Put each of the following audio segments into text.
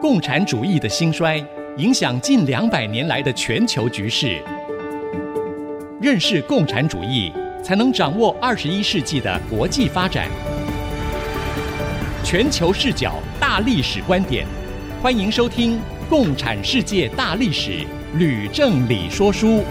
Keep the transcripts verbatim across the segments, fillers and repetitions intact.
共产主义的兴衰影响近两百年来的全球局势。认识共产主义，才能掌握二十一世纪的国际发展。全球视角大历史观点，欢迎收听《共产世界大历史》，吕正理说书。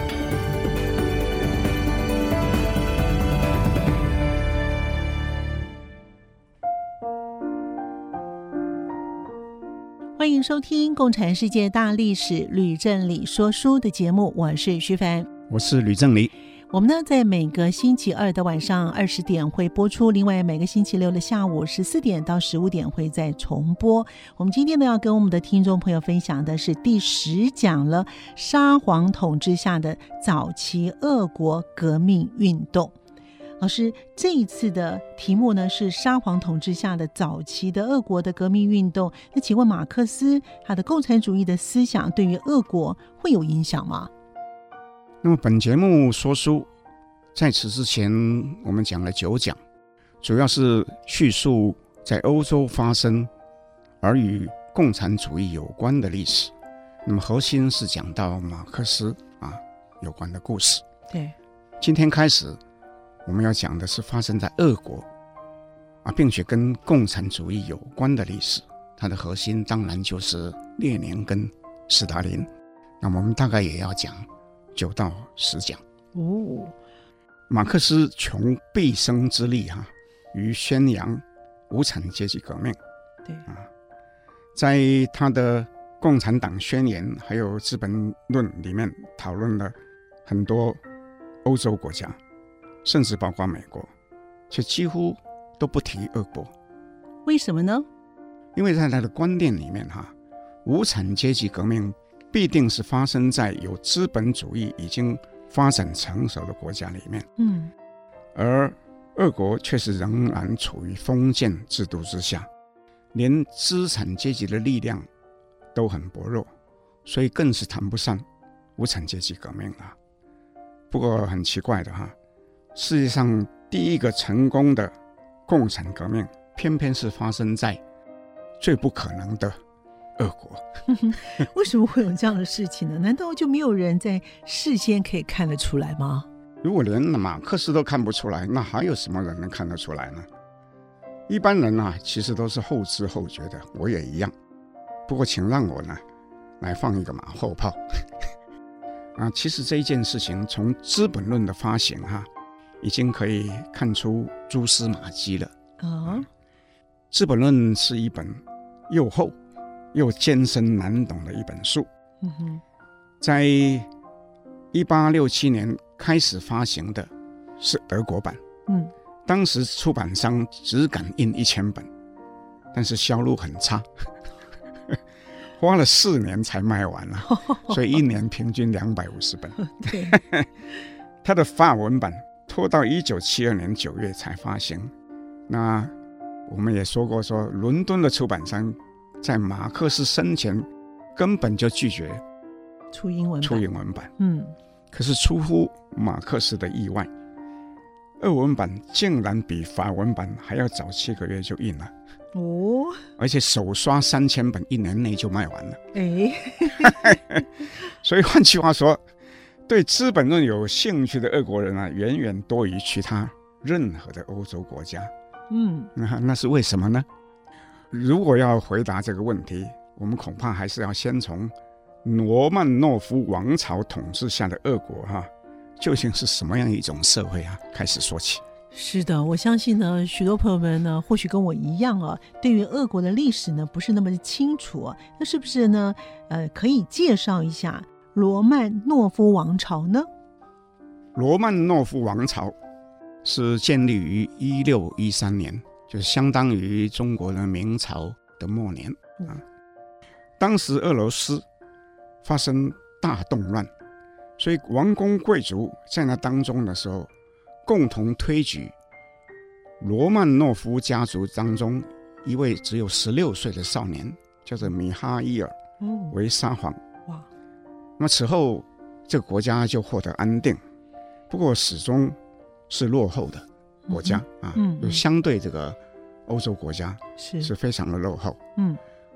欢迎收听《共产世界大历史》吕正理说书的节目，我是徐凡， 我是吕正理。 我们呢在每个星期二的晚上二十点会播出，另外每个星期六的下午十四点到十五点会再重播。我们今天呢要跟我们的听众朋友分享的是第十讲了，沙皇统治下的早期俄国革命运动。老师，这一次的题目呢是沙皇统治下的早期的俄国的革命运动。那请问马克思他的共产主义的思想对于俄国会有影响吗？ 那么本节目说书在此之前我们讲了九讲，主要是叙述在欧洲发生而与共产主义有关的历史。那么核心是讲到马克思啊有关的故事。 对， 今天开始我们要讲的是发生在俄国啊，并且跟共产主义有关的历史。它的核心当然就是列宁跟斯大林。那么我们大概也要讲九到十讲。 哦， 马克思穷毕生之力哈、啊，于宣扬无产阶级革命。 对啊，在他的《共产党宣言》还有《资本论》里面讨论了很多欧洲国家，甚至包括美国，却几乎都不提俄国。 为什么呢？ 因为在他的观念里面哈、啊，无产阶级革命必定是发生在有资本主义已经发展成熟的国家里面， 嗯， 而俄国却是仍然处于封建制度之下，连资产阶级的力量都很薄弱，所以更是谈不上无产阶级革命了。不过很奇怪的哈，世界上第一个成功的共产革命，偏偏是发生在最不可能的俄国。 为什么会有这样的事情呢？难道就没有人在事先可以看得出来吗？ 如果连马克思都看不出来，那还有什么人能看得出来呢？一般人啊，其实都是后知后觉的，我也一样。不过请让我呢来放一个马后炮啊，其实这一件事情从《资本论》的发行哈、啊，已经可以看出蛛丝马迹了啊。 《资本论》是一本又厚又艰深难懂的一本书， 嗯哼， 在一八六七年开始发行的是德国版， 嗯， 当时出版商只敢印一千本，但是销路很差，花了四年才卖完了，所以一年平均两百五十本。 对， 他的法文版拖到一九七二年九月才发行。那我们也说过说，伦敦的出版商在马克思生前根本就拒绝出英文版， 出英文版。 嗯， 可是出乎马克思的意外，俄文版竟然比法文版还要早七个月就印了。 哦， 而且首刷三千本，一年内就卖完了。 哎， 所以换句话说，对《资本论》有兴趣的俄国人啊，远远多于其他任何的欧洲国家。 嗯， 那那是为什么呢？如果要回答这个问题，我们恐怕还是要先从罗曼诺夫王朝统治下的俄国哈、啊，究竟是什么样一种社会啊开始说起。 是的，我相信呢，许多朋友们呢，或许跟我一样啊，对于俄国的历史呢，不是那么的清楚啊。那是不是呢？呃，可以介绍一下罗曼诺夫王朝呢？ 罗曼诺夫王朝是建立于一六一三年，就是相当于中国的明朝的末年啊。当时俄罗斯发生大动乱，所以王公贵族在那当中的时候，共同推举罗曼诺夫家族当中一位只有十六岁的少年，叫做米哈伊尔为沙皇。 哇！ 那么此后这个国家就获得安定，不过始终是落后的国家、 嗯、啊，嗯， 就相对这个欧洲国家是是非常的落后。 嗯，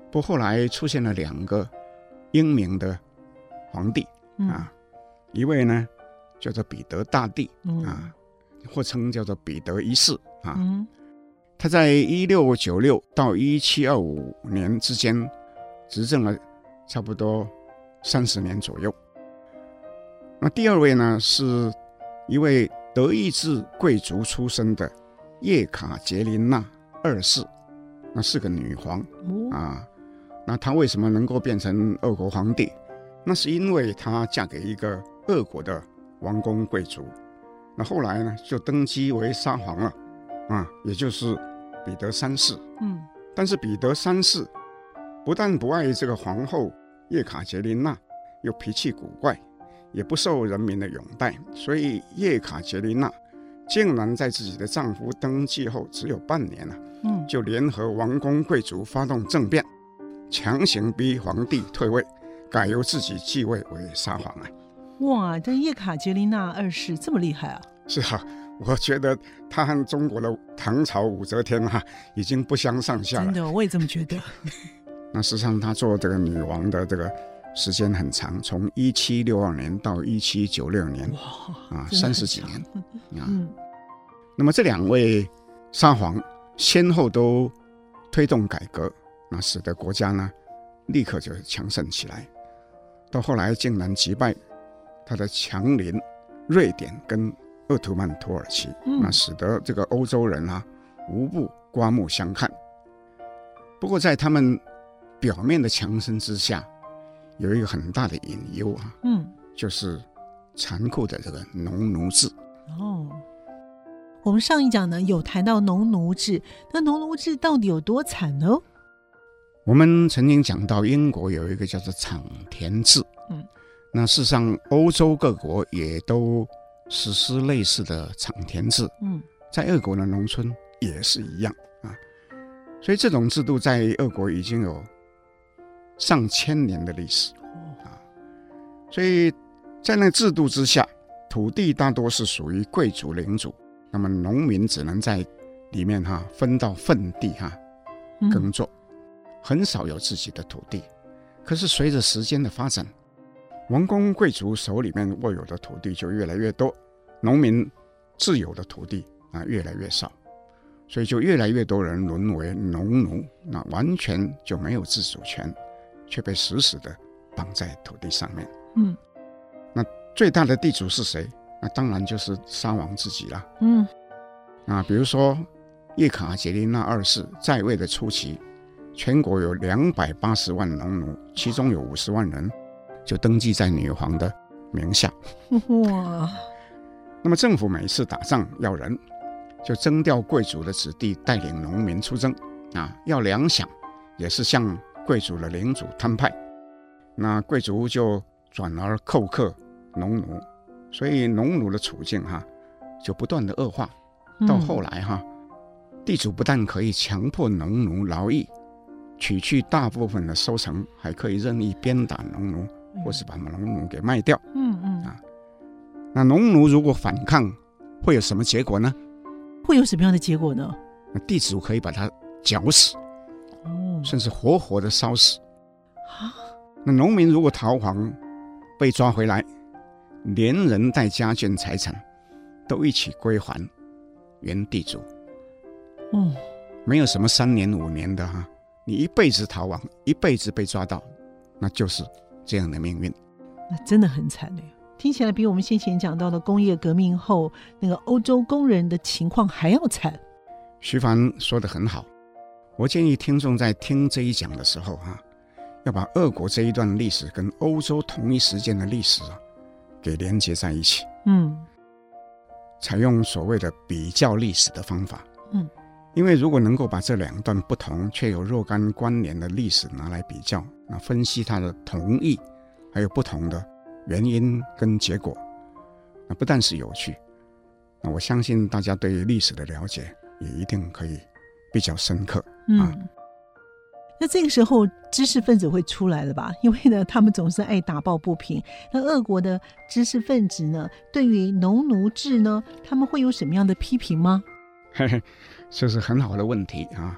不过后来出现了两个英明的皇帝、嗯、啊，一位呢叫做彼得大帝、嗯、啊，或称叫做彼得一世啊、嗯。他在一六九六到一七二五年之间执政了差不多三十年左右。那第二位呢，是一位德意志贵族出身的叶卡捷琳娜二世，那是个女皇、哦、啊。那她为什么能够变成俄国皇帝？那是因为她嫁给一个俄国的王公贵族，那后来呢就登基为沙皇了啊，也就是彼得三世。嗯，但是彼得三世不但不爱这个皇后叶卡捷琳娜，又脾气古怪，也不受人民的拥戴，所以叶卡捷琳娜竟然在自己的丈夫登基后只有半年、啊嗯、就联合王公贵族发动政变，强行逼皇帝退位，改由自己继位为沙皇、啊、 哇，这叶卡捷琳娜二世这么厉害啊！ 是啊，我觉得他和中国的唐朝武则天、啊、已经不相上下了。 真的，我也这么觉得。 那实际上他做这个女王的这个时间很长，从一七六二年到一七九六年，哇啊，三十几年啊、嗯。那么这两位沙皇先后都推动改革，那使得国家呢立刻就强盛起来。到后来竟然击败他的强邻瑞典跟鄂图曼土耳其、嗯，那使得这个欧洲人啊无不刮目相看。不过在他们表面的强盛之下，有一个很大的隐忧啊，嗯，就是残酷的这个农奴制。 哦，我们上一讲呢有谈到农奴制，那农奴制到底有多惨呢？ 我们曾经讲到英国有一个叫做场田制，嗯，那事实上欧洲各国也都实施类似的场田制，嗯，在俄国的农村也是一样啊，所以这种制度在俄国已经有上千年的历史啊，所以在那制度之下，土地大多是属于贵族领主，那么农民只能在里面哈分到份地哈耕作、嗯，很少有自己的土地。可是随着时间的发展，王公贵族手里面握有的土地就越来越多，农民自有的土地啊越来越少，所以就越来越多人沦为农奴，那完全就没有自主权，却被死死的绑在土地上面。嗯，那最大的地主是谁？那当然就是沙皇自己了。嗯，啊，比如说叶卡捷琳娜二世在位的初期，全国有两百八十万农奴，其中有五十万人就登记在女皇的名下。哇！那么政府每次打仗要人，就征调贵族的子弟带领农民出征啊，要粮饷也是向贵族的领主摊派，那贵族就转而扣克农奴，所以农奴的处境哈就不断的恶化。到后来哈，地主不但可以强迫农奴劳役，取去大部分的收成，还可以任意鞭打农奴，或是把农奴给卖掉。嗯嗯啊，那农奴如果反抗，会有什么结果呢？ 会有什么样的结果呢？ 那地主可以把他绞死，哦，甚至活活的烧死。啊，那农民如果逃亡被抓回来，连人带家眷财产都一起归还原地主。哦，没有什么三年五年的哈、啊，你一辈子逃亡，一辈子被抓到，那就是这样的命运。 那真的很惨耶，听起来比我们先前讲到的工业革命后那个欧洲工人的情况还要惨。 徐帆说得很好，我建议听众在听这一讲的时候啊，要把俄国这一段历史跟欧洲同一时间的历史啊给连接在一起。嗯，采用所谓的比较历史的方法。嗯，因为如果能够把这两段不同却有若干关联的历史拿来比较，那分析它的同义还有不同的原因跟结果，那不但是有趣，那我相信大家对于历史的了解也一定可以比较深刻。嗯，啊， 那这个时候知识分子会出来了吧？因为呢，他们总是爱打抱不平。那俄国的知识分子呢，对于农奴制呢，他们会有什么样的批评吗？ 嘿嘿，这是很好的问题啊！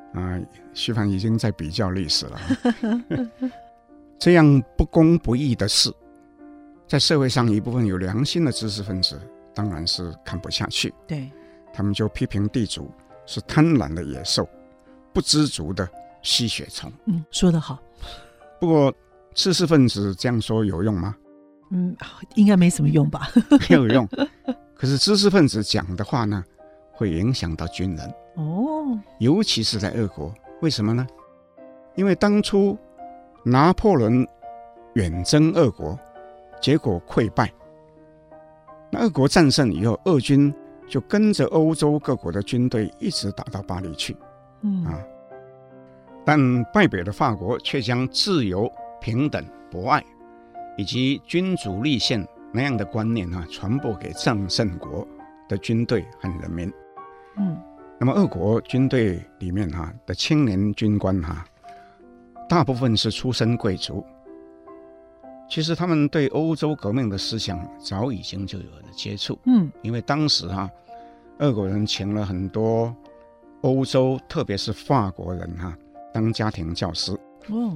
啊，徐帆已经在比较历史了。这样不公不义的事，在社会上一部分有良心的知识分子当然是看不下去， 对， 他们就批评地主是贪婪的野兽，不知足的吸血虫。 嗯，说得好。 不过知识分子这样说有用吗？ 嗯，应该没什么用吧。 没有用。可是知识分子讲的话呢，会影响到军人哦， 尤其是在俄国。为什么呢？因为当初拿破仑远征俄国，结果溃败。那俄国战胜以后，俄军就跟着欧洲各国的军队一直打到巴黎去。 嗯啊，但败北的法国却将自由、平等、博爱以及君主立宪那样的观念啊，传播给战胜国的军队和人民。 嗯， 那么俄国军队里面哈、啊、的青年军官哈、啊，大部分是出身贵族。其实他们对欧洲革命的思想早已经就有了接触。 嗯， 因为当时哈、啊，俄国人请了很多欧洲，特别是法国人哈、啊，当家庭教师。 哦，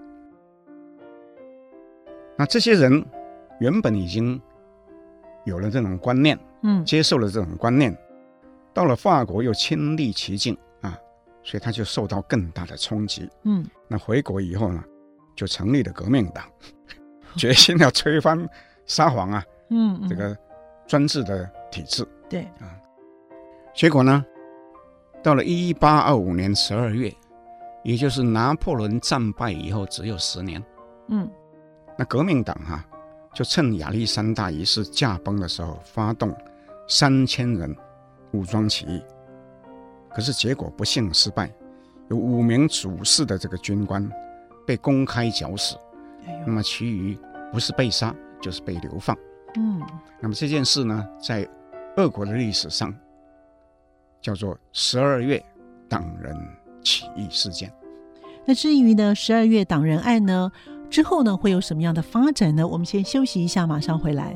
那这些人原本已经有了这种观念， 嗯， 接受了这种观念，到了法国又亲历其境啊，所以他就受到更大的冲击。 嗯， 那回国以后呢，就成立了革命党，决心要推翻沙皇啊， 嗯，嗯这个专制的体制。 对啊，结果呢，到了一八二五年十二月，也就是拿破仑战败以后只有十年， 嗯， 那革命党哈、啊，就趁亚历山大一世驾崩的时候，发动三千人武装起义。可是结果不幸失败，有五名主事的这个军官被公开绞死， 哎那么其余不是被杀就是被流放。 嗯， 那么这件事呢，在俄国的历史上叫做十二月党人起义事件。 那至于呢，十二月党人案呢，之后呢会有什么样的发展呢？我们先休息一下，马上回来。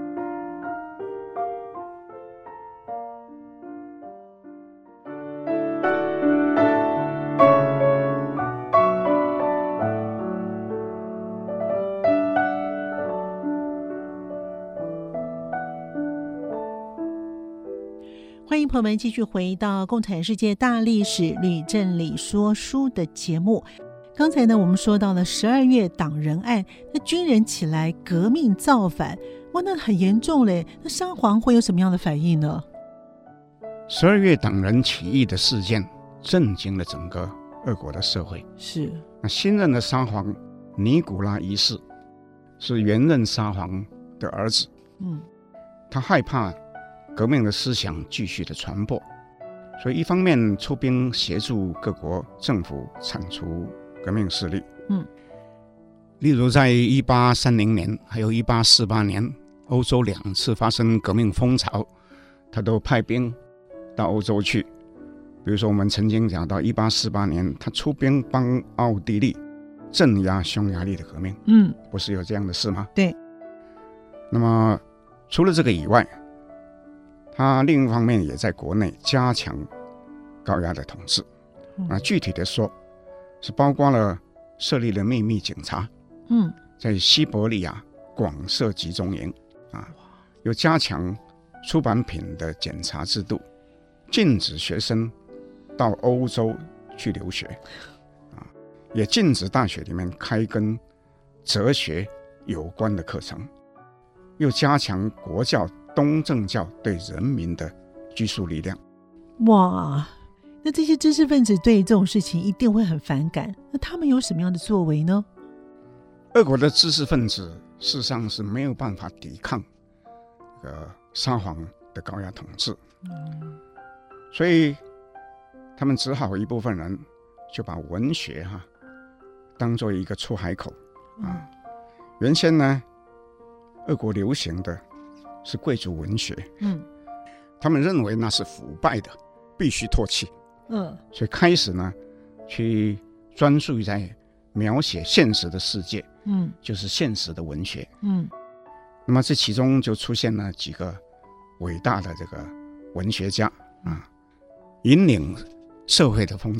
欢迎朋友们继续回到《共产世界大历史吕振理说书》的节目。刚才呢，我们说到了十二月党人案，那军人起来革命造反，哇，那很严重嘞。那沙皇会有什么样的反应呢？ 十二月党人起义的事件震惊了整个俄国的社会。 是， 那新任的沙皇尼古拉一世是原任沙皇的儿子， 嗯， 他害怕革命的思想继续的传播，所以一方面出兵协助各国政府铲除革命势力， 嗯， 例如在一八三零年还有一八四八年，欧洲两次发生革命风潮，他都派兵到欧洲去。比如说我们曾经讲到一八四八年，他出兵帮奥地利镇压匈牙利的革命， 嗯， 不是有这样的事吗？ 对。 那么除了这个以外，他另一方面也在国内加强高压的统治。啊，具体的说，是包括了设立了秘密警察， 嗯， 在西伯利亚广设集中营，啊，又加强出版品的检查制度，禁止学生到欧洲去留学，啊，也禁止大学里面开跟哲学有关的课程，又加强国教东正教对人民的拘束力量。 哇，那这些知识分子对这种事情一定会很反感，那他们有什么样的作为呢？ 俄国的知识分子事实上是没有办法抵抗这个沙皇的高压统治， 嗯， 所以他们只好一部分人就把文学哈、啊、当做一个出海口啊。原先呢，俄国流行的是贵族文学， 嗯， 他们认为那是腐败的，必须唾弃， 嗯， 所以开始呢，去专注在描写现实的世界， 嗯， 就是现实的文学， 嗯， 那么这其中就出现了几个伟大的这个文学家啊，引领社会的风潮。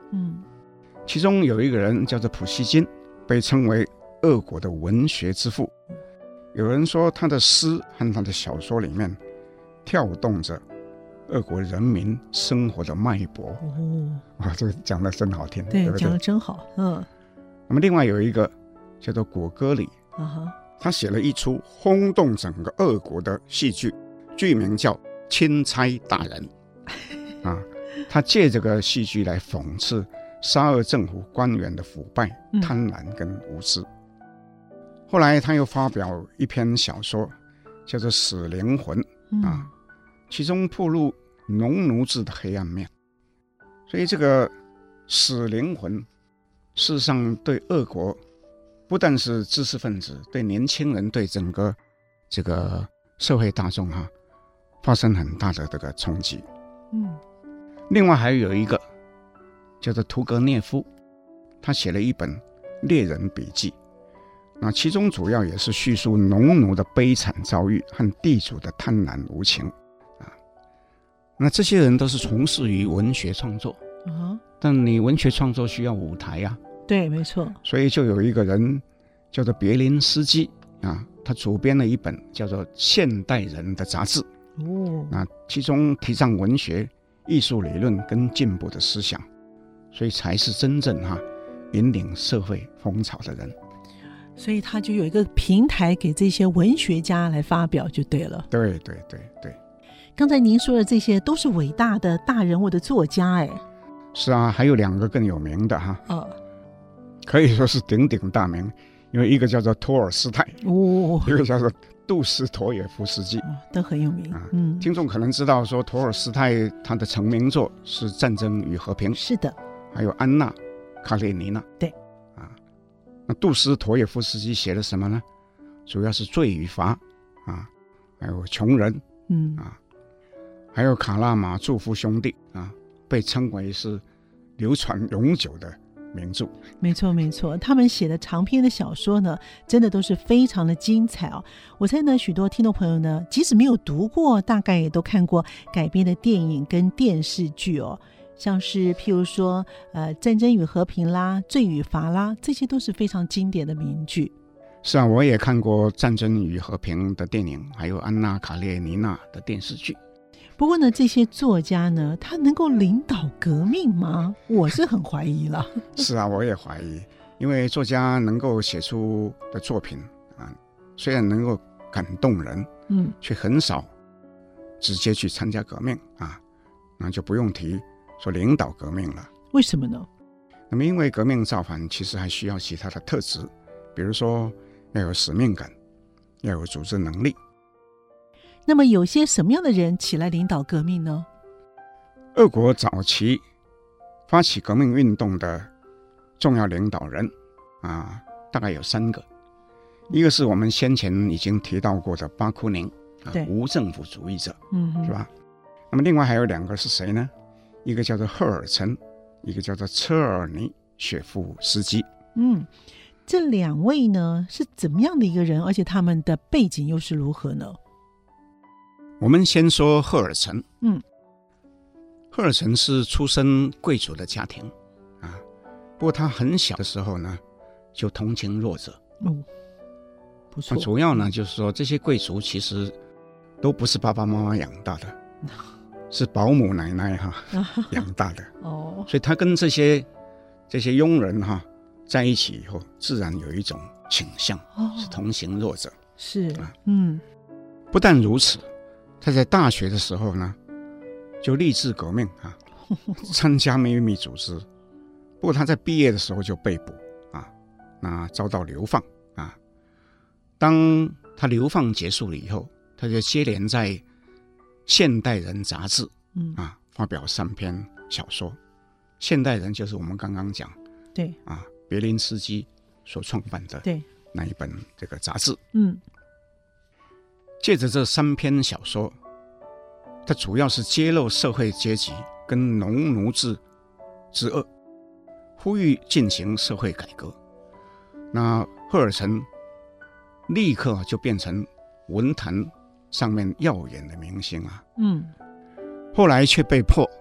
嗯， 其中有一个人叫做普希金，被称为俄国的文学之父。有人说他的诗和他的小说里面跳动着俄国人民生活的脉搏。 哦， 哇，这个讲得真好听， 对， 对不对？ 讲得真好。嗯， 那么另外有一个叫做果戈里， 啊哈， 他写了一出轰动整个俄国的戏剧，剧名叫《钦差大人》啊，他借这个戏剧来讽刺沙俄政府官员的腐败、贪婪跟无知。嗯、后来他又发表一篇小说，叫做《死灵魂》啊，嗯、其中暴露农奴制的黑暗面。所以这个《死灵魂》事实上对俄国不但是知识分子，对年轻人，对整个这个社会大众哈、啊，发生很大的这个冲击。嗯，另外还有一个叫做屠格涅夫，他写了一本《猎人笔记》，那其中主要也是叙述农奴的悲惨遭遇和地主的贪婪无情啊。那这些人都是从事于文学创作，啊、但你文学创作需要舞台啊。 对，没错。 所以就有一个人叫做别林斯基啊，他主编了一本叫做《现代人》的杂志。哦，那其中提倡文学、艺术理论跟进步的思想，所以才是真正哈、啊、引领社会风潮的人。 所以他就有一个平台给这些文学家来发表就对了。 对对对对。 刚才您说的这些都是伟大的大人物的作家，哎。 是啊，还有两个更有名的哈。 哦。 可以说是鼎鼎大名，因为一个叫做托尔斯泰，哦，一个叫做杜斯妥也夫斯基，哦、 都很有名。 啊、嗯，听众可能知道说托尔斯泰他的成名作是《战争与和平》， 是的， 还有《安娜·卡列尼娜》。 对， 啊，那杜斯妥也夫斯基写了什么呢？主要是《罪与罚》啊，还有《穷人》，嗯啊，还有《卡拉马祝夫兄弟》啊，被称为是流传永久的名著。 没错没错，他们写的长篇的小说呢，真的都是非常的精彩哦。我猜呢，许多听众朋友呢，即使没有读过，大概也都看过改编的电影跟电视剧哦，像是譬如说呃《战争与和平》啦，《罪与罚》啦，这些都是非常经典的名剧。 是啊，我也看过《战争与和平》的电影，还有《安娜·卡列尼娜》的电视剧。 不过呢，这些作家呢，他能够领导革命吗？我是很怀疑了。 是啊，我也怀疑，因为作家能够写出的作品啊，虽然能够感动人，嗯，却很少直接去参加革命啊，那就不用提说领导革命了。 为什么呢？ 那么，因为革命造反其实还需要其他的特质，比如说要有使命感，要有组织能力。 那么有些什么样的人起来领导革命呢？ 俄国早期发起革命运动的重要领导人啊，大概有三个。一个是我们先前已经提到过的巴库宁，啊，无政府主义者，嗯，是吧？那么另外还有两个是谁呢？一个叫做赫尔岑，一个叫做车尔尼雪夫斯基。嗯， 这两位呢是怎么样的一个人？而且他们的背景又是如何呢？ 我们先说赫尔岑。嗯，赫尔岑是出身贵族的家庭啊，不过他很小的时候呢，就同情弱者。哦，不错。主要呢，就是说这些贵族其实都不是爸爸妈妈养大的，是保姆奶奶哈养大的。哦，所以他跟这些这些佣人哈在一起以后，自然有一种倾向，哦、是同情弱者。 是啊，嗯， 不但如此。他在大学的时候呢，就立志革命啊，参加秘密组织。不过他在毕业的时候就被捕啊，那遭到流放啊。当他流放结束了以后，他就接连在《现代人》杂志啊发表三篇小说。《现代人》就是我们刚刚讲对啊，别林斯基所创办的对那一本这个杂志。嗯。借着这三篇小说，它主要是揭露社会阶级跟农奴制之恶，呼吁进行社会改革。那赫尔岑立刻就变成文坛上面耀眼的明星啊。嗯，后来却被迫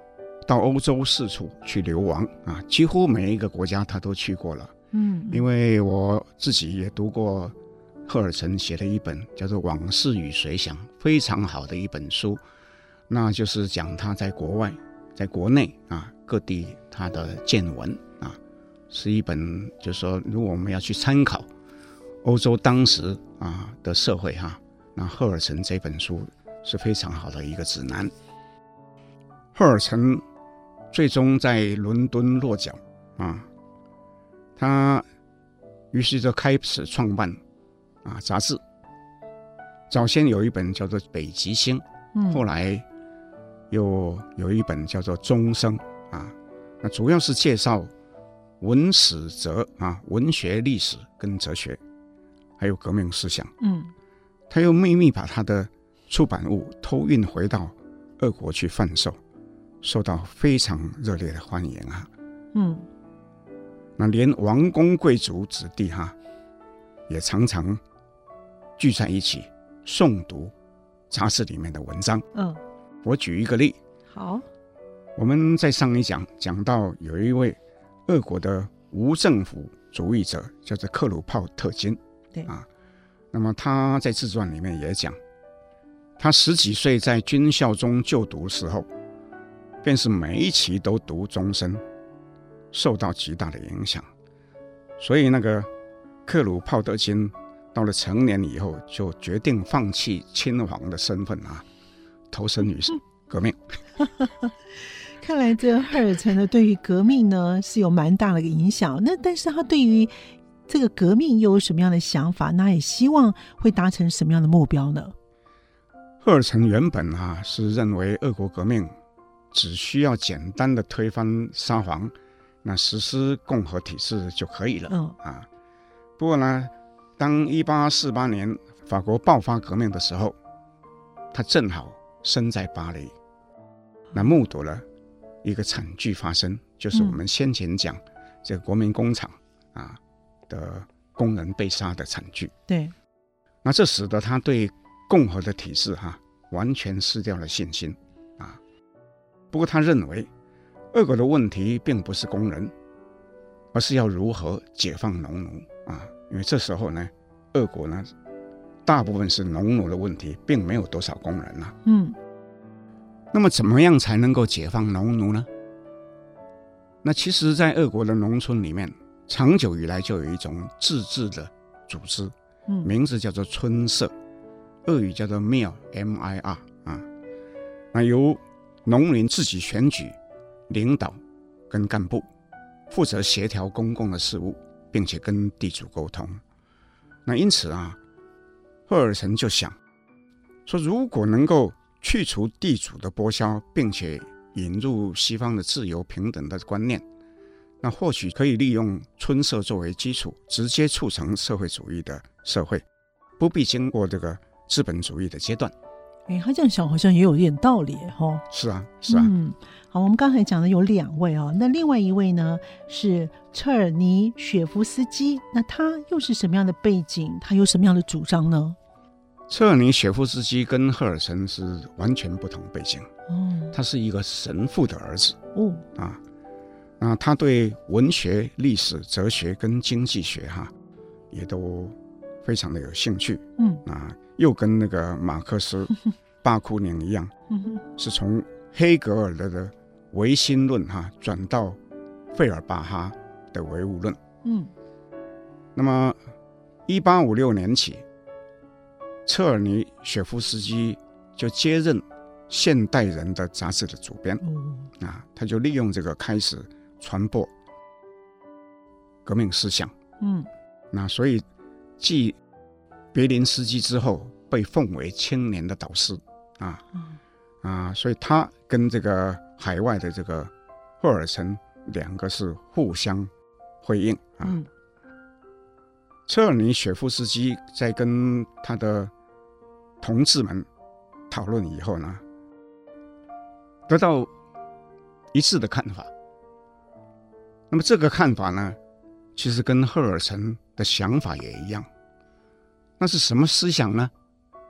到欧洲四处去流亡啊，几乎每一个国家他都去过了。 嗯， 因为我自己也读过赫尔岑写的一本叫做《往事与随想》，非常好的一本书，那就是讲他在国外、在国内啊各地他的见闻啊，是一本就是说，如果我们要去参考欧洲当时啊的社会哈、啊，那赫尔岑这本书是非常好的一个指南。赫尔岑最终在伦敦落脚啊，他于是就开始创办啊杂志。早先有一本叫做《北极星》，嗯，后来又有一本叫做《钟声》啊，那主要是介绍文史哲啊，文学、历史跟哲学，还有革命思想。嗯，他又秘密把他的出版物偷运回到俄国去贩售，受到非常热烈的欢迎啊。嗯，那连王公贵族子弟哈、啊，也常常聚在一起诵读杂志里面的文章。嗯，我举一个例。 好， 我们在上一讲讲到有一位俄国的无政府主义者，叫做克鲁泡特金。 对啊，那么他在自传里面也讲，他十几岁在军校中就读的时候，便是每一期都读钟声，受到极大的影响。所以那个克鲁泡特金到了成年以后，就决定放弃亲王的身份啊，投身于革命。 看来这个赫尔岑呢，对于革命呢是有蛮大的一个影响。那但是他对于这个革命又有什么样的想法？那也希望会达成什么样的目标呢？ 赫尔岑原本啊是认为俄国革命只需要简单的推翻沙皇，那实施共和体制就可以了。嗯啊，不过呢，当一八四八年法国爆发革命的时候，他正好身在巴黎，那目睹了一个惨剧发生，就是我们先前讲这个国民工厂啊的工人被杀的惨剧。 对， 那这使得他对共和的体制哈、啊、完全失掉了信心啊。不过他认为俄国的问题并不是工人，而是要如何解放农奴啊。因为这时候呢，俄国呢大部分是农奴的问题，并没有多少工人啊。嗯。那么怎么样才能够解放农奴呢？那其实在俄国的农村里面，长久以来就有一种自治的组织，嗯、名字叫做村社，俄语叫做 Mir M I R 啊。那由农民自己选举领导跟干部，负责协调公共的事务，并且跟地主沟通。那因此啊，赫尔岑就想说，如果能够去除地主的剥削，并且引入西方的自由平等的观念，那或许可以利用村社作为基础，直接促成社会主义的社会，不必经过这个资本主义的阶段。 哎，他这样想好像也有点道理哦。 是啊，是啊。 嗯，好，我们刚才讲的有两位哦，那另外一位呢是车尔尼雪夫斯基，那他又是什么样的背景？他有什么样的主张呢？ 车尔尼雪夫斯基跟赫尔岑是完全不同背景。哦，他是一个神父的儿子。哦，啊，那他对文学、历史、哲学跟经济学哈，也都非常的有兴趣。嗯，啊，又跟那个马克思、巴库宁一样，是从黑格尔的唯心论哈转到费尔巴哈的唯物论。嗯，那么一八五六年起，车尔尼雪夫斯基就接任《现代人》的杂志的主编。哦，啊，他就利用这个开始传播革命思想。嗯，那所以继别林斯基之后，被奉为青年的导师啊。嗯，啊，所以他跟这个海外的这个赫尔岑两个是互相辉映啊。嗯，车尔尼雪夫斯基在跟他的同志们讨论以后呢，得到一致的看法。那么这个看法呢，其实跟赫尔岑的想法也一样。那是什么思想呢？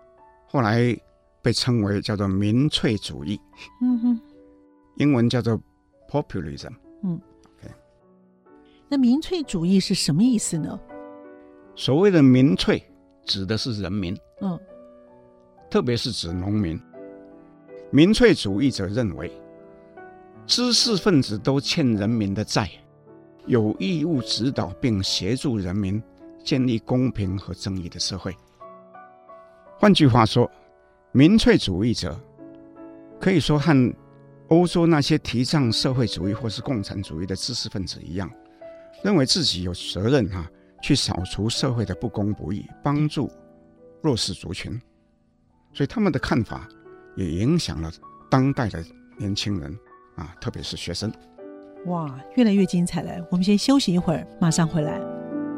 后来被称为叫做民粹主义。嗯哼，英文叫做 populism。 嗯 okay. 那民粹主义是什么意思呢？ 所谓的民粹指的是人民， 嗯， 特别是指农民。民粹主义者认为，知识分子都欠人民的债，有义务指导并协助人民建立公平和正义的社会。换句话说，民粹主义者可以说和欧洲那些提倡社会主义或是共产主义的知识分子一样，认为自己有责任、啊、去扫除社会的不公不义，帮助弱势族群。所以他们的看法也影响了当代的年轻人啊，特别是学生。 哇，越来越精彩了。我们先休息一会儿，马上回来。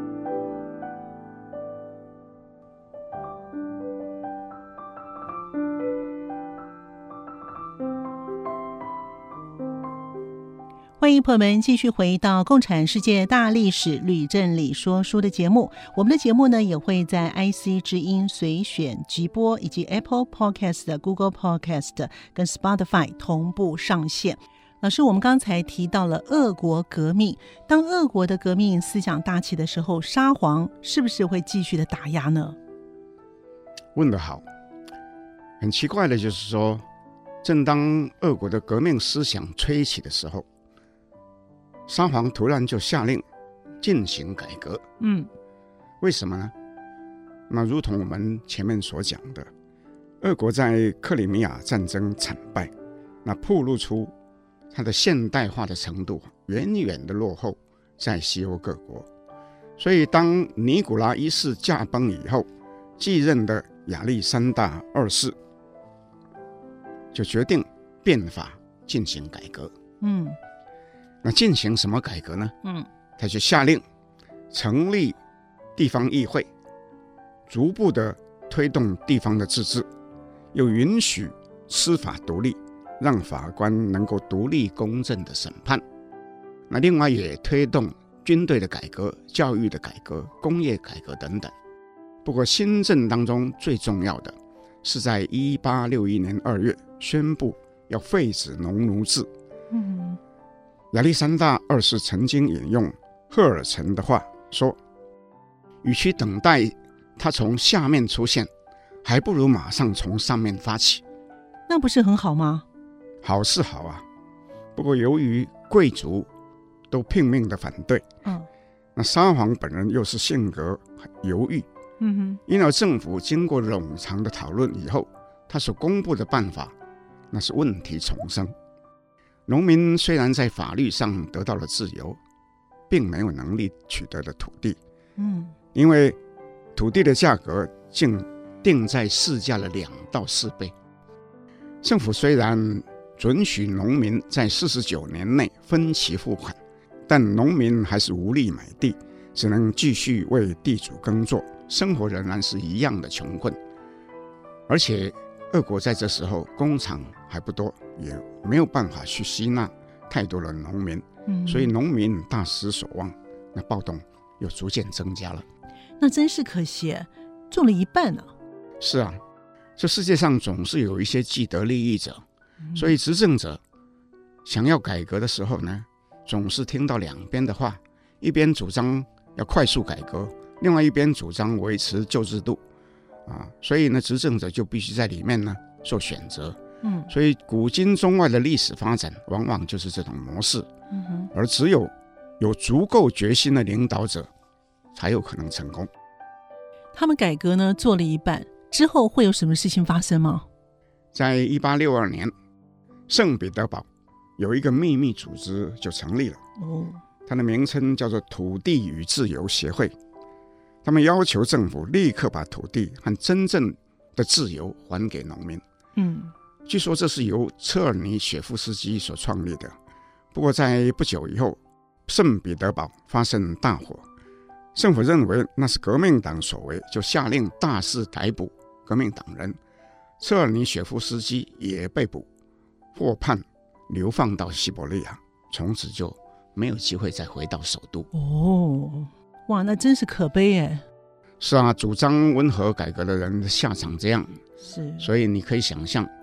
欢迎朋友们继续回到《共产世界大历史吕正理说书》的节目。我们的节目呢也会在 I C 之音随选直播以及 Apple Podcast、Google Podcast 跟 Spotify 同步上线。老师，我们刚才提到了俄国革命，当俄国的革命思想大起的时候，沙皇是不是会继续的打压呢？ 问得好。很奇怪的就是说，正当俄国的革命思想吹起的时候，沙皇突然就下令进行改革。 嗯， 为什么呢？那如同我们前面所讲的，俄国在克里米亚战争惨败，那暴露出它的现代化的程度远远的落后在西欧各国。所以当尼古拉一世驾崩以后，继任的亚历山大二世就决定变法进行改革。 嗯， 那进行什么改革呢？ 嗯， 他就下令成立地方议会，逐步的推动地方的自治，又允许司法独立，让法官能够独立公正的审判。那另外也推动军队的改革、教育的改革、工业改革等等。不过新政当中最重要的是在一八六一年二月宣布要废止农奴制。 嗯， 亚历山大二世曾经引用赫尔岑的话说，与其等待他从下面出现，还不如马上从上面发起。 那不是很好吗？ 好是好啊，不过由于贵族都拼命的反对， 嗯， 那沙皇本人又是性格犹豫， 嗯哼， 因而政府经过冗长的讨论以后，他所公布的办法那是问题丛生。农民虽然在法律上得到了自由，并没有能力取得的土地， 嗯， 因为土地的价格竟定在市价的两到四倍。政府虽然准许农民在四十九年内分期付款，但农民还是无力买地，只能继续为地主耕作，生活仍然是一样的穷困。而且俄国在这时候工厂还不多，也没有办法去吸纳太多的农民， 嗯， 所以农民大失所望，那暴动又逐渐增加了。 那真是可惜，做了一半啊。 是啊，这世界上总是有一些既得利益者， 嗯， 所以执政者想要改革的时候呢，总是听到两边的话，一边主张要快速改革，另外一边主张维持旧制度啊，所以呢，执政者就必须在里面呢做选择。 嗯， 所以古今中外的历史发展往往就是这种模式。 嗯哼， 而只有有足够决心的领导者才有可能成功。 他们改革呢做了一半之后，会有什么事情发生吗？ 在一八六二年，圣彼得堡有一个秘密组织就成立了， 哦， 它的名称叫做土地与自由协会。他们要求政府立刻把土地和真正的自由还给农民。 嗯， 据说这是由车尔尼雪夫斯基所创立的。不过在不久以后，圣彼得堡发生大火，政府认为那是革命党所为，就下令大肆逮捕革命党人。车尔尼雪夫斯基也被捕，获判流放到西伯利亚，从此就没有机会再回到首都。 哦，哇，那真是可悲耶。 是啊，主张温和改革的人的下场这样， 是， 所以你可以想象，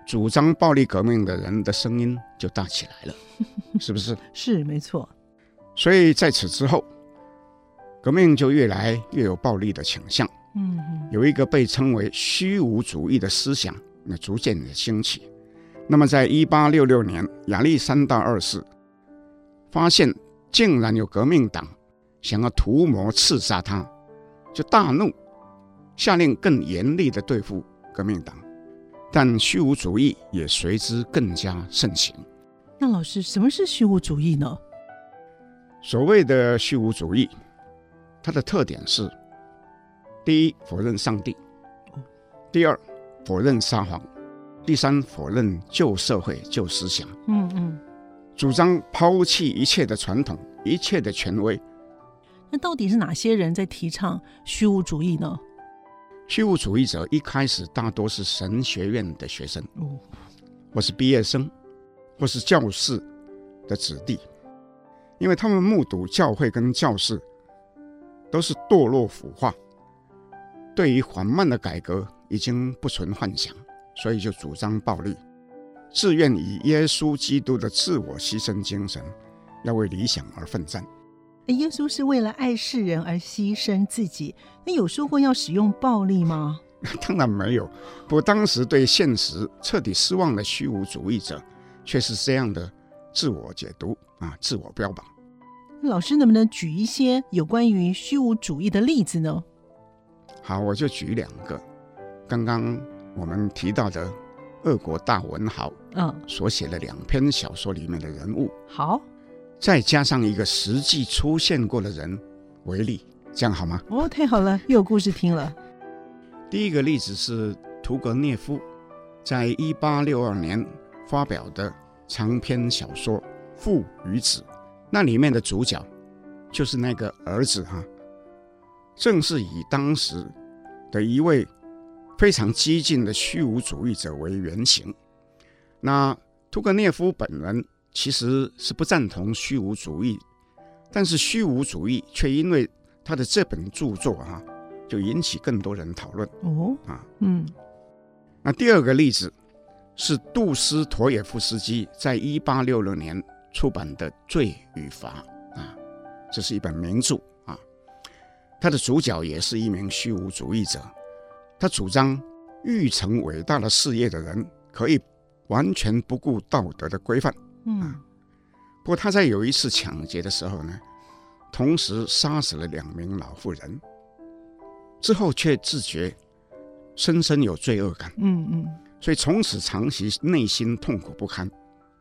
主张暴力革命的人的声音就大起来了，是不是？ 是，没错。 所以在此之后，革命就越来越有暴力的倾向。 嗯， 有一个被称为虚无主义的思想，那逐渐的兴起。那么在一八六六年，亚历山大二世发现竟然有革命党想要图谋刺杀他，就大怒，下令更严厉的对付革命党，但虚无主义也随之更加盛行。 那老师，什么是虚无主义呢？ 所谓的虚无主义，它的特点是：第一，否认上帝；第二，否认撒谎；第三，否认旧社会、旧思想。 嗯嗯， 主张抛弃一切的传统、一切的权威。 那到底是哪些人在提倡虚无主义呢？ 虚无主义者一开始大多是神学院的学生， 哦， 或是毕业生，或是教士的子弟，因为他们目睹教会跟教士都是堕落腐化，对于缓慢的改革已经不存幻想，所以就主张暴力，自愿以耶稣基督的自我牺牲精神，要为理想而奋战。 耶稣是为了爱世人而牺牲自己，那有说过要使用暴力吗？ 当然没有，不过当时对现实彻底失望的虚无主义者却是这样的自我解读啊，自我标榜。 老师能不能举一些有关于虚无主义的例子呢？ 好，我就举两个。刚刚我们提到的俄国大文豪嗯， 所写的两篇小说里面的人物， 好， 再加上一个实际出现过的人为例，这样好吗？ 哦，太好了，又有故事听了。 第一个例子是屠格涅夫在一八六二年发表的长篇小说《父与子》，那里面的主角就是那个儿子哈，正是以当时的一位非常激进的虚无主义者为原型。那屠格涅夫本人其实是不赞同虚无主义，但是虚无主义却因为他的这本著作哈，就引起更多人讨论。 哦， 啊， 嗯， 那第二个例子是杜斯妥也夫斯基在一八六六年出版的《罪与罚》啊，这是一本名著啊。他的主角也是一名虚无主义者，他主张欲成伟大的事业的人可以完全不顾道德的规范。 嗯， 不过他在有一次抢劫的时候呢，同时杀死了两名老妇人，之后却自觉深深有罪恶感。 嗯嗯， 所以从此长期内心痛苦不堪。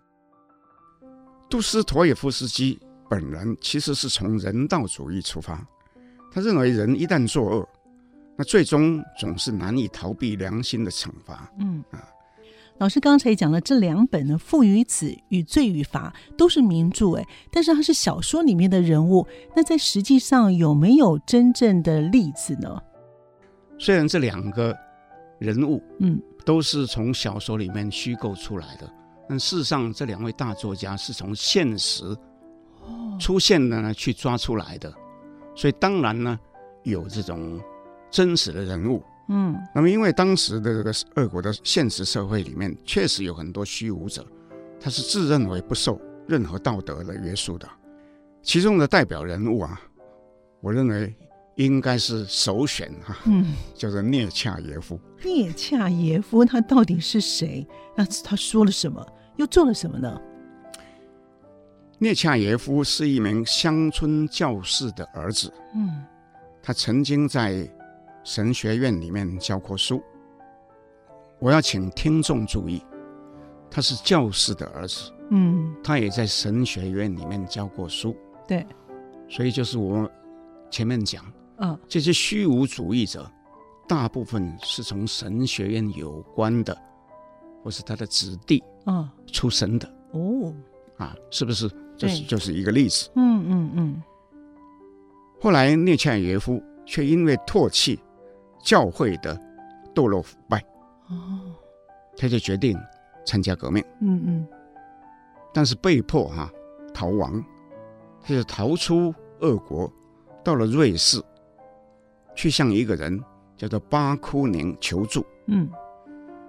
杜斯妥也夫斯基本人其实是从人道主义出发，他认为人一旦作恶，那最终总是难以逃避良心的惩罚。 嗯啊，老师刚才讲了这两本呢，《父与子》与《罪与罚》都是名著，哎，但是它是小说里面的人物，那在实际上有没有真正的例子呢？ 虽然这两个人物嗯都是从小说里面虚构出来的，但事实上这两位大作家是从现实出现的呢去抓出来的，所以当然呢有这种真实的人物。 嗯， 那么因为当时的这个俄国的现实社会里面确实有很多虚无者，他是自认为不受任何道德的约束的。其中的代表人物啊，我认为应该是首选哈、啊， 嗯， 叫做涅恰耶夫。 涅恰耶夫他到底是谁？那他说了什么，又做了什么呢？ 涅恰耶夫是一名乡村教士的儿子， 嗯， 他曾经在神学院里面教过书。我要请听众注意，他是教士的儿子， 嗯， 他也在神学院里面教过书。 对， 所以就是我前面讲， 嗯， 这些虚无主义者大部分是从神学院有关的，或是他的子弟嗯出身的。 哦， 啊，是不是？这是就是一个例子。 嗯嗯嗯。 后来涅恰耶夫却因为唾弃教会的堕落腐败， 哦， 他就决定参加革命。 嗯嗯， 但是被迫哈、啊、逃亡，他就逃出俄国，到了瑞士，去向一个人叫做巴库宁求助。 嗯，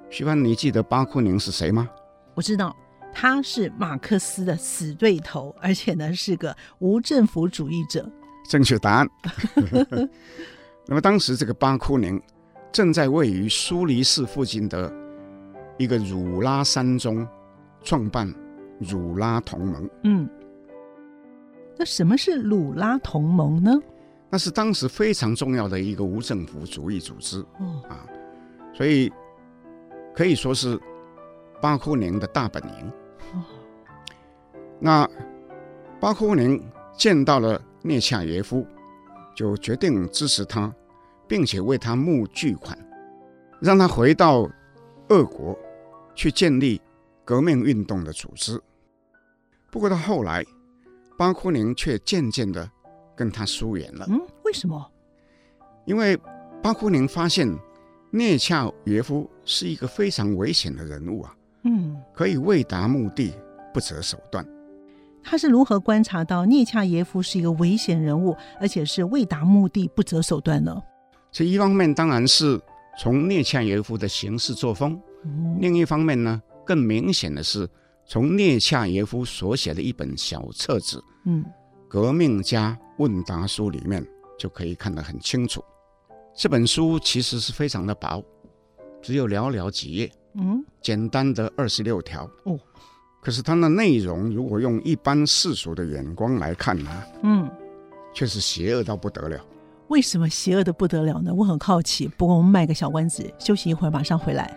徐帆，你记得巴库宁是谁吗？ 我知道，他是马克思的死对头，而且呢是个无政府主义者。 正确答案。那么当时这个巴库宁正在位于苏黎世附近的一个汝拉山中创办汝拉同盟。 嗯，那什么是汝拉同盟呢？ 那是当时非常重要的一个无政府主义组织、 哦啊、所以可以说是巴库宁的大本营、哦、那巴库宁见到了涅恰耶夫，就决定支持他，并且为他募巨款，让他回到俄国去建立革命运动的组织。不过到后来，巴库宁却渐渐的跟他疏远了。 嗯，为什么？ 因为巴库宁发现涅恰耶夫是一个非常危险的人物啊， 嗯，可以为达目的不择手段。 他是如何观察到涅恰耶夫是一个危险人物，而且是为达目的不择手段呢？ 这一方面当然是从涅恰耶夫的行事作风、嗯、另一方面呢，更明显的是从涅恰耶夫所写的一本小册子《嗯、革命家问答书》里面就可以看得很清楚。这本书其实是非常的薄，只有寥寥几页，嗯，简单的二十六条。哦，可是它的内容如果用一般世俗的眼光来看呢、啊，嗯，却是邪恶到不得了。 为什么邪恶的不得了呢？我很好奇。不过我们卖个小关子，休息一会儿，马上回来。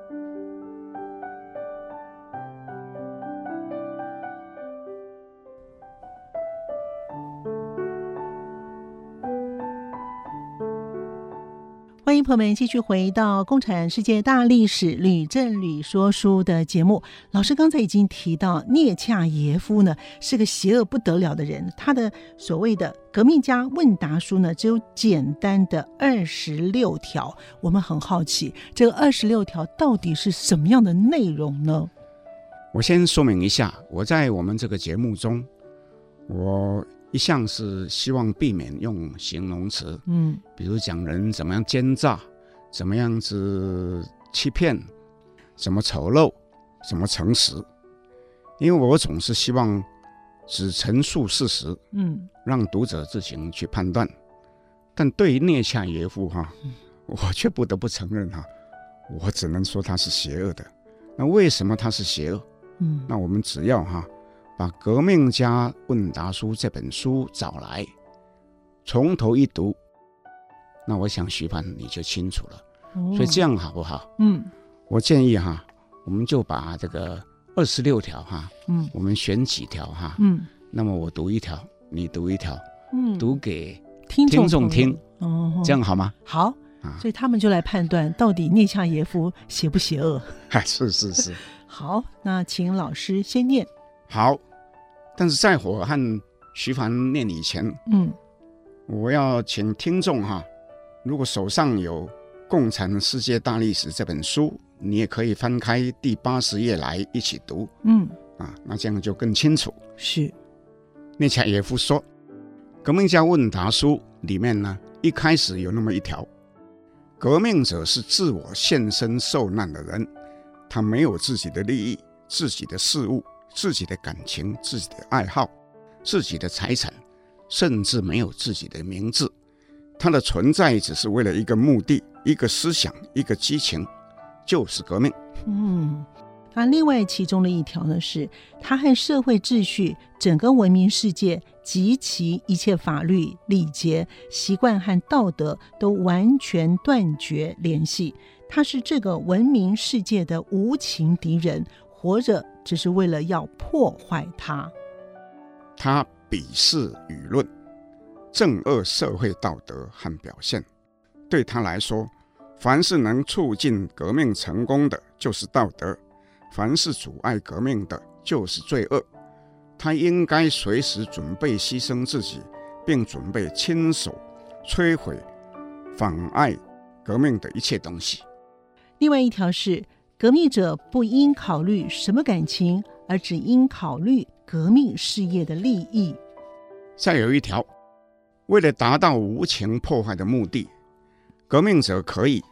欢迎朋友们继续回到《共产世界大历史吕振吕说书》的节目。老师刚才已经提到，涅恰耶夫呢是个邪恶不得了的人，他的所谓的革命家问答书呢只有简单的二十六条。我们很好奇，这个二十六条到底是什么样的内容呢？ 我先说明一下，我在我们这个节目中，我一向是希望避免用形容词，嗯，比如讲人怎么样奸诈，怎么样子欺骗，怎么丑陋，怎么诚实，因为我总是希望只陈述事实，嗯，让读者自行去判断。但对于涅恰耶夫哈，我却不得不承认哈，我只能说他是邪恶的。那为什么他是邪恶？嗯，那我们只要哈。把《革命家问答书》这本书找来，从头一读，那我想徐帆你就清楚了、哦。所以这样好不好？嗯，我建议哈，我们就把这个二十六条哈，嗯，我们选几条哈，嗯，那么我读一条，你读一条，嗯，读给听众听，哦，这样好吗？ 好，啊、所以他们就来判断到底涅恰耶夫邪不邪恶。 是是是。 好，那请老师先念。 好，但是在我和徐帆念以前，嗯，我要请听众哈，如果手上有《共产世界大历史》这本书，你也可以翻开第八十页来一起读，嗯，啊，那这样就更清楚。 是， 涅恰耶夫说，《革命家问答书》里面呢，一开始有那么一条：革命者是自我献身受难的人，他没有自己的利益、自己的事物、自己的感情、自己的爱好、自己的财产，甚至没有自己的名字。他的存在只是为了一个目的、一个思想、一个激情，就是革命。 嗯，那另外其中的一条呢，是他和社会秩序、整个文明世界及其一切法律、礼节、习惯和道德都完全断绝联系。他是这个文明世界的无情敌人，活着只是为了要破坏它。 他鄙视舆论，正恶社会道德和表现。对他来说，凡是能促进革命成功的就是道德，凡是阻碍革命的就是罪恶。他应该随时准备牺牲自己，并准备亲手摧毁妨碍革命的一切东西。 另外一条是，革命者不应考虑什么感情，而只应考虑革命事业的利益。 再有一条，为了达到无情破坏的目的，革命者可以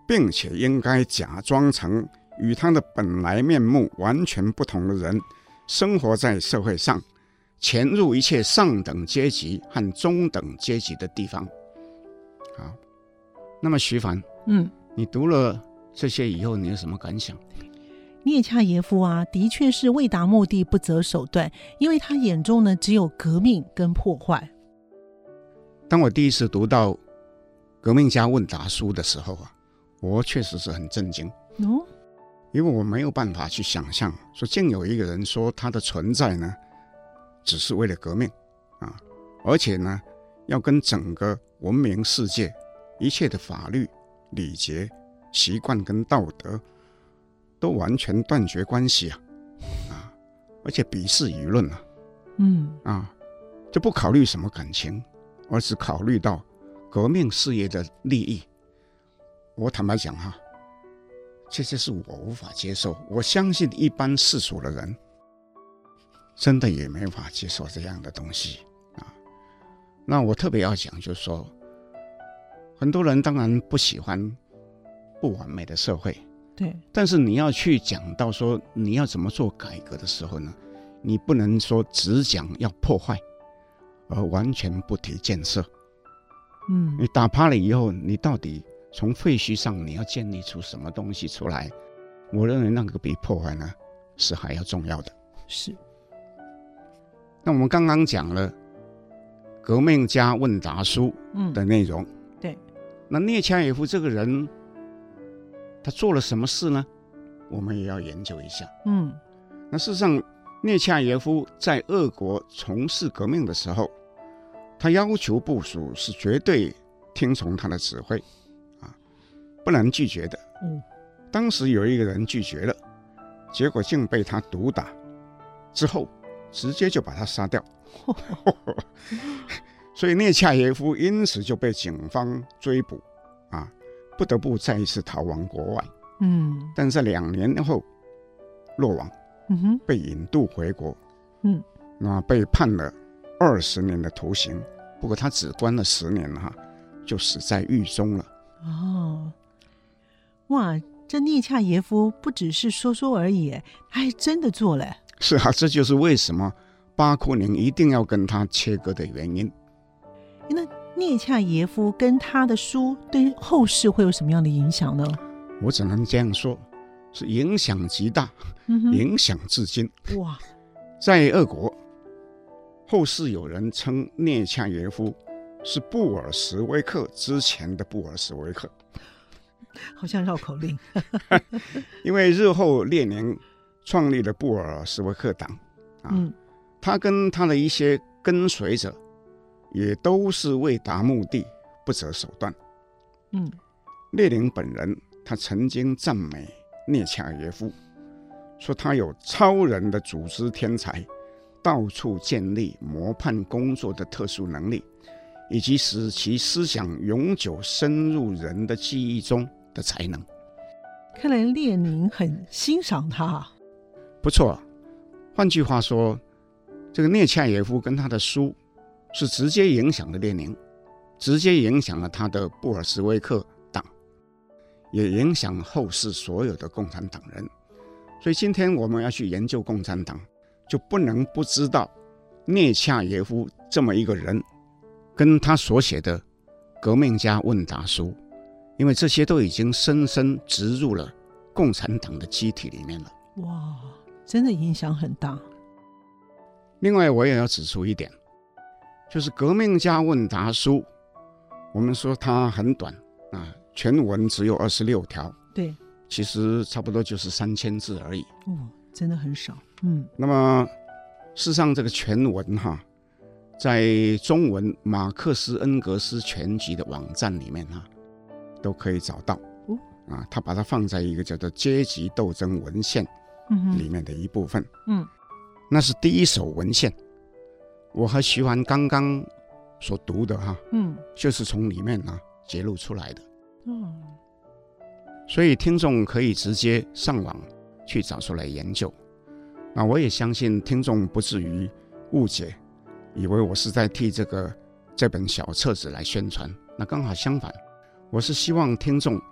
并且应该假装成与他的本来面目完全不同的人，生活在社会上，潜入一切上等阶级和中等阶级的地方。好，那么徐凡， 嗯， 你读了这些以后，你有什么感想？ 聂恰耶夫啊，的确是为达目的不择手段，因为他眼中呢只有革命跟破坏。 当我第一次读到《革命家问答书》的时候啊，我确实是很震惊。 哦， 因为我没有办法去想象，说竟有一个人说他的存在呢，只是为了革命啊，而且呢，要跟整个文明世界一切的法律、礼节、习惯跟道德都完全断绝关系啊，啊，而且鄙视舆论啊， 嗯啊，就不考虑什么感情，而是考虑到革命事业的利益。我坦白讲哈，这些是我无法接受，我相信一般世俗的人真的也没法接受这样的东西啊。那我特别要讲，就是说，很多人当然不喜欢不完美的社会， 对， 但是你要去讲到说你要怎么做改革的时候呢，你不能说只讲要破坏，而完全不提建设。 嗯， 你打趴了以后，你到底从废墟上你要建立出什么东西出来？我认为那个比破坏呢是还要重要的。 是。 那我们刚刚讲了革命家问答书的内容， 嗯、对。 那聂恰耶夫这个人，他做了什么事呢？我们也要研究一下。 嗯， 那事实上，聂恰耶夫在俄国从事革命的时候，他要求部属是绝对听从他的指挥。不能拒绝的。 嗯， 当时有一个人拒绝了，结果竟被他毒打，之后直接就把他杀掉。所以聂恰耶夫因此就被警方追捕，啊，不得不再一次逃亡国外。 嗯， 但在两年后落网， 嗯哼， 被引渡回国。 嗯， 那被判了二十年的徒刑，不过他只关了十年哈，就死在狱中了。 哦。哇，这聂恰耶夫不只是说说而已，他还真的做了。 是啊，这就是为什么巴库宁一定要跟他切割的原因。 那聂恰耶夫跟他的书对后世会有什么样的影响呢？ 我只能这样说，是影响极大， 嗯、 影响至今。 哇， 在俄国，后世有人称聂恰耶夫是布尔什维克之前的布尔什维克。 好像绕口令。 因为日后列宁创立了布尔什维克党、啊嗯、他跟他的一些跟随者也都是为达目的不择手段。 嗯， 列宁本人他曾经赞美聂恰耶夫，说他有超人的组织天才，到处建立模判工作的特殊能力，以及使其思想永久深入人的记忆中的才能。 看来列宁很欣赏他。 不错，换句话说，这个聂恰耶夫跟他的书是直接影响了列宁，直接影响了他的布尔什维克党，也影响后世所有的共产党人。所以今天我们要去研究共产党，就不能不知道聂恰耶夫这么一个人，跟他所写的革命家问答书，因为这些都已经深深植入了共产党的机体里面了。 哇，真的影响很大。 另外我也要指出一点，就是革命家问答书，我们说它很短啊，全文只有二十六条， 对， 其实差不多就是三千字而已。 哦，真的很少。嗯， 那么事实上这个全文哈，在中文马克思恩格斯全集的网站里面哈，都可以找到。哦，啊，他把它放在一个叫做阶级斗争文献里面的一部分。 嗯， 那是第一手文献。我和徐凡刚刚所读的哈，嗯，就是从里面呢揭露出来的。嗯，所以听众可以直接上网去找出来研究。那我也相信听众不至于误解，以为我是在替这个这本小册子来宣传。那刚好相反，我是希望听众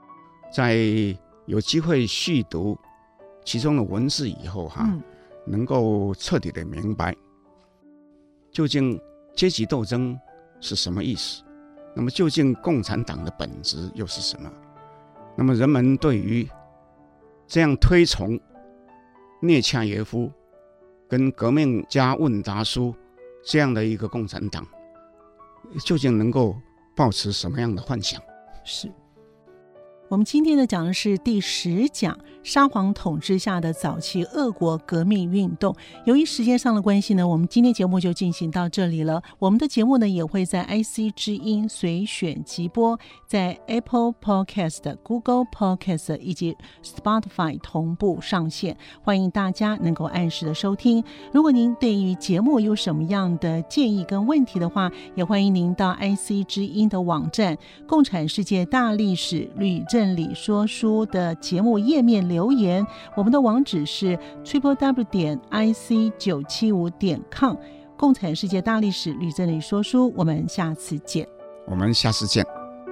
在有机会续读其中的文字以后哈、嗯，能够彻底的明白究竟阶级斗争是什么意思，那么究竟共产党的本质又是什么？那么人们对于这样推崇聂恰耶夫跟革命家温达苏这样的一个共产党，究竟能够抱持什么样的幻想？ 是我们今天呢讲的是第十讲沙皇统治下的早期俄国革命运动。由于时间上的关系呢，我们今天节目就进行到这里了。我们的节目呢也会在 I C 之音随选即播，在 Apple Podcast、Google Podcast 以及 Spotify 同步上线，欢迎大家能够按时的收听。如果您对于节目有什么样的建议跟问题的话，也欢迎您到 I C 之音的网站共产世界大历史吕正理说书的节目页面留言，我们的网址是 triple w 点 i c 九七五点 com。 共产世界大历史吕正理说书，我们下次见。 我们下次见。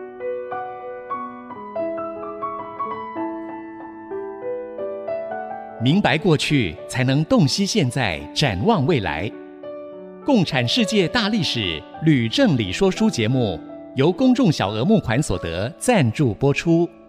明白过去，才能洞悉现在，展望未来。共产世界大历史吕正理说书节目由公众小额募款所得赞助播出。